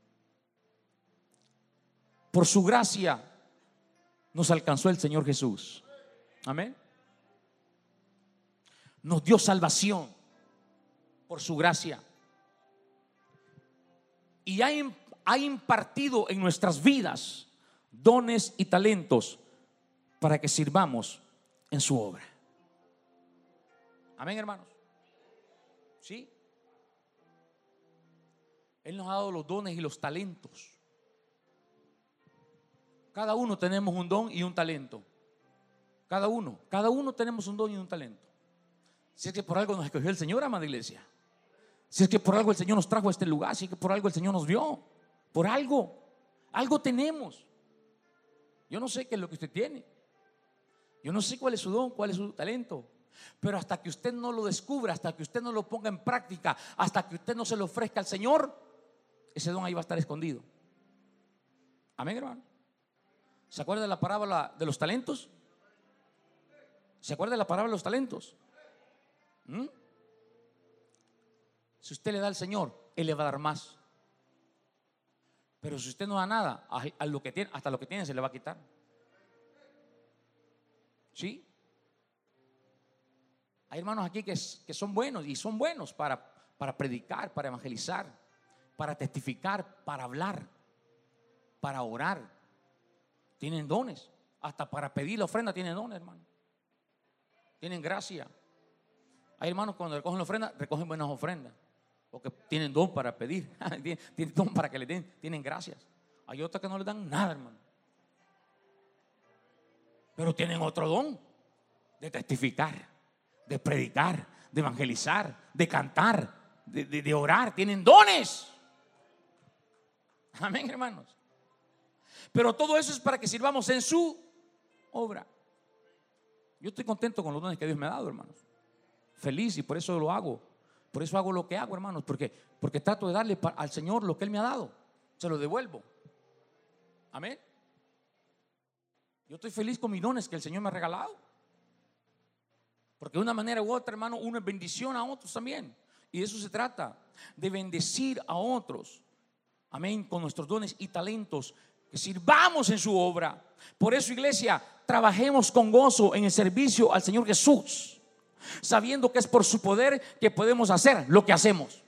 Por su gracia nos alcanzó el Señor Jesús. Amén. Nos dio salvación por su gracia. Y ha, ha impartido en nuestras vidas dones y talentos para que sirvamos en su obra. Amén, hermanos. ¿Sí? Él nos ha dado los dones y los talentos. Cada uno tenemos un don y un talento. Cada uno, cada uno tenemos un don y un talento. Si es que por algo nos escogió el Señor, amada iglesia. Si es que por algo el Señor nos trajo a este lugar. Si es que por algo el Señor nos vio. Por algo, algo tenemos. Yo no sé qué es lo que usted tiene. Yo no sé cuál es su don, cuál es su talento. Pero hasta que usted no lo descubra, hasta que usted no lo ponga en práctica, hasta que usted no se lo ofrezca al Señor, ese don ahí va a estar escondido. Amén, hermano. ¿Se acuerda de la parábola de los talentos? ¿Se acuerda de la parábola de los talentos? ¿Mm? Si usted le da al Señor, Él le va a dar más. Pero si usted no da nada, a, a lo que tiene, hasta lo que tiene se le va a quitar. ¿Sí? Hay hermanos aquí que, que son buenos, y son buenos para, para predicar, para evangelizar, para testificar, para hablar, para orar. Tienen dones. Hasta para pedir la ofrenda tienen dones, hermano. Tienen gracia. Hay hermanos cuando recogen la ofrenda, recogen buenas ofrendas, porque tienen don para pedir. Tienen don para que le den. Tienen gracias. Hay otros que no le dan nada, hermano, pero tienen otro don de testificar, de predicar, de evangelizar, de cantar, de, de, de orar. Tienen dones. Amén, hermanos. Pero todo eso es para que sirvamos en su obra. Yo estoy contento con los dones que Dios me ha dado, hermanos. Feliz, y por eso lo hago. Por eso hago lo que hago, hermanos. Porque, porque trato de darle al Señor lo que Él me ha dado. Se lo devuelvo. Amén. Yo estoy feliz con mis dones que el Señor me ha regalado, Porque de una manera u otra, hermano, uno es bendición a otros también. Y de eso se trata, de bendecir a otros. Amén, con nuestros dones y talentos, que sirvamos en su obra. Por eso, iglesia, trabajemos con gozo en el servicio al Señor Jesús, sabiendo que es por su poder que podemos hacer lo que hacemos.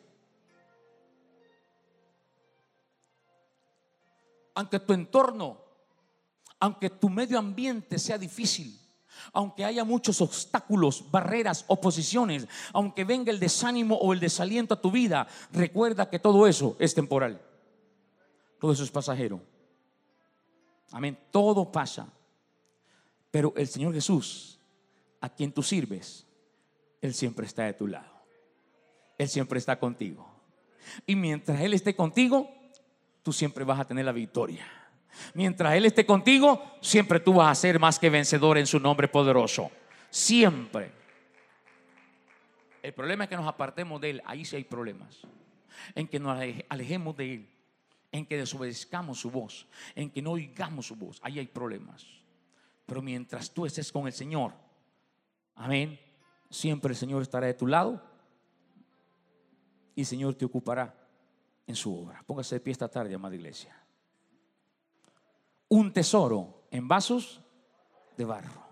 Aunque tu entorno, aunque tu medio ambiente sea difícil, aunque haya muchos obstáculos, barreras, oposiciones, aunque venga el desánimo o el desaliento a tu vida, recuerda que todo eso es temporal. Todo eso es pasajero. Amén, todo pasa. Pero el Señor Jesús, a quien tú sirves, Él siempre está de tu lado. Él siempre está contigo. Y mientras Él esté contigo, tú siempre vas a tener la victoria. Mientras Él esté contigo, siempre tú vas a ser más que vencedor en su nombre poderoso. Siempre. El problema es que nos apartemos de Él. Ahí sí hay problemas. En que nos alejemos de Él, en que desobedezcamos su voz, en que no oigamos su voz. Ahí hay problemas. Pero mientras tú estés con el Señor, amén, siempre el Señor estará de tu lado y el Señor te ocupará en su obra. Póngase de pie esta tarde, amada iglesia. Un tesoro en vasos de barro.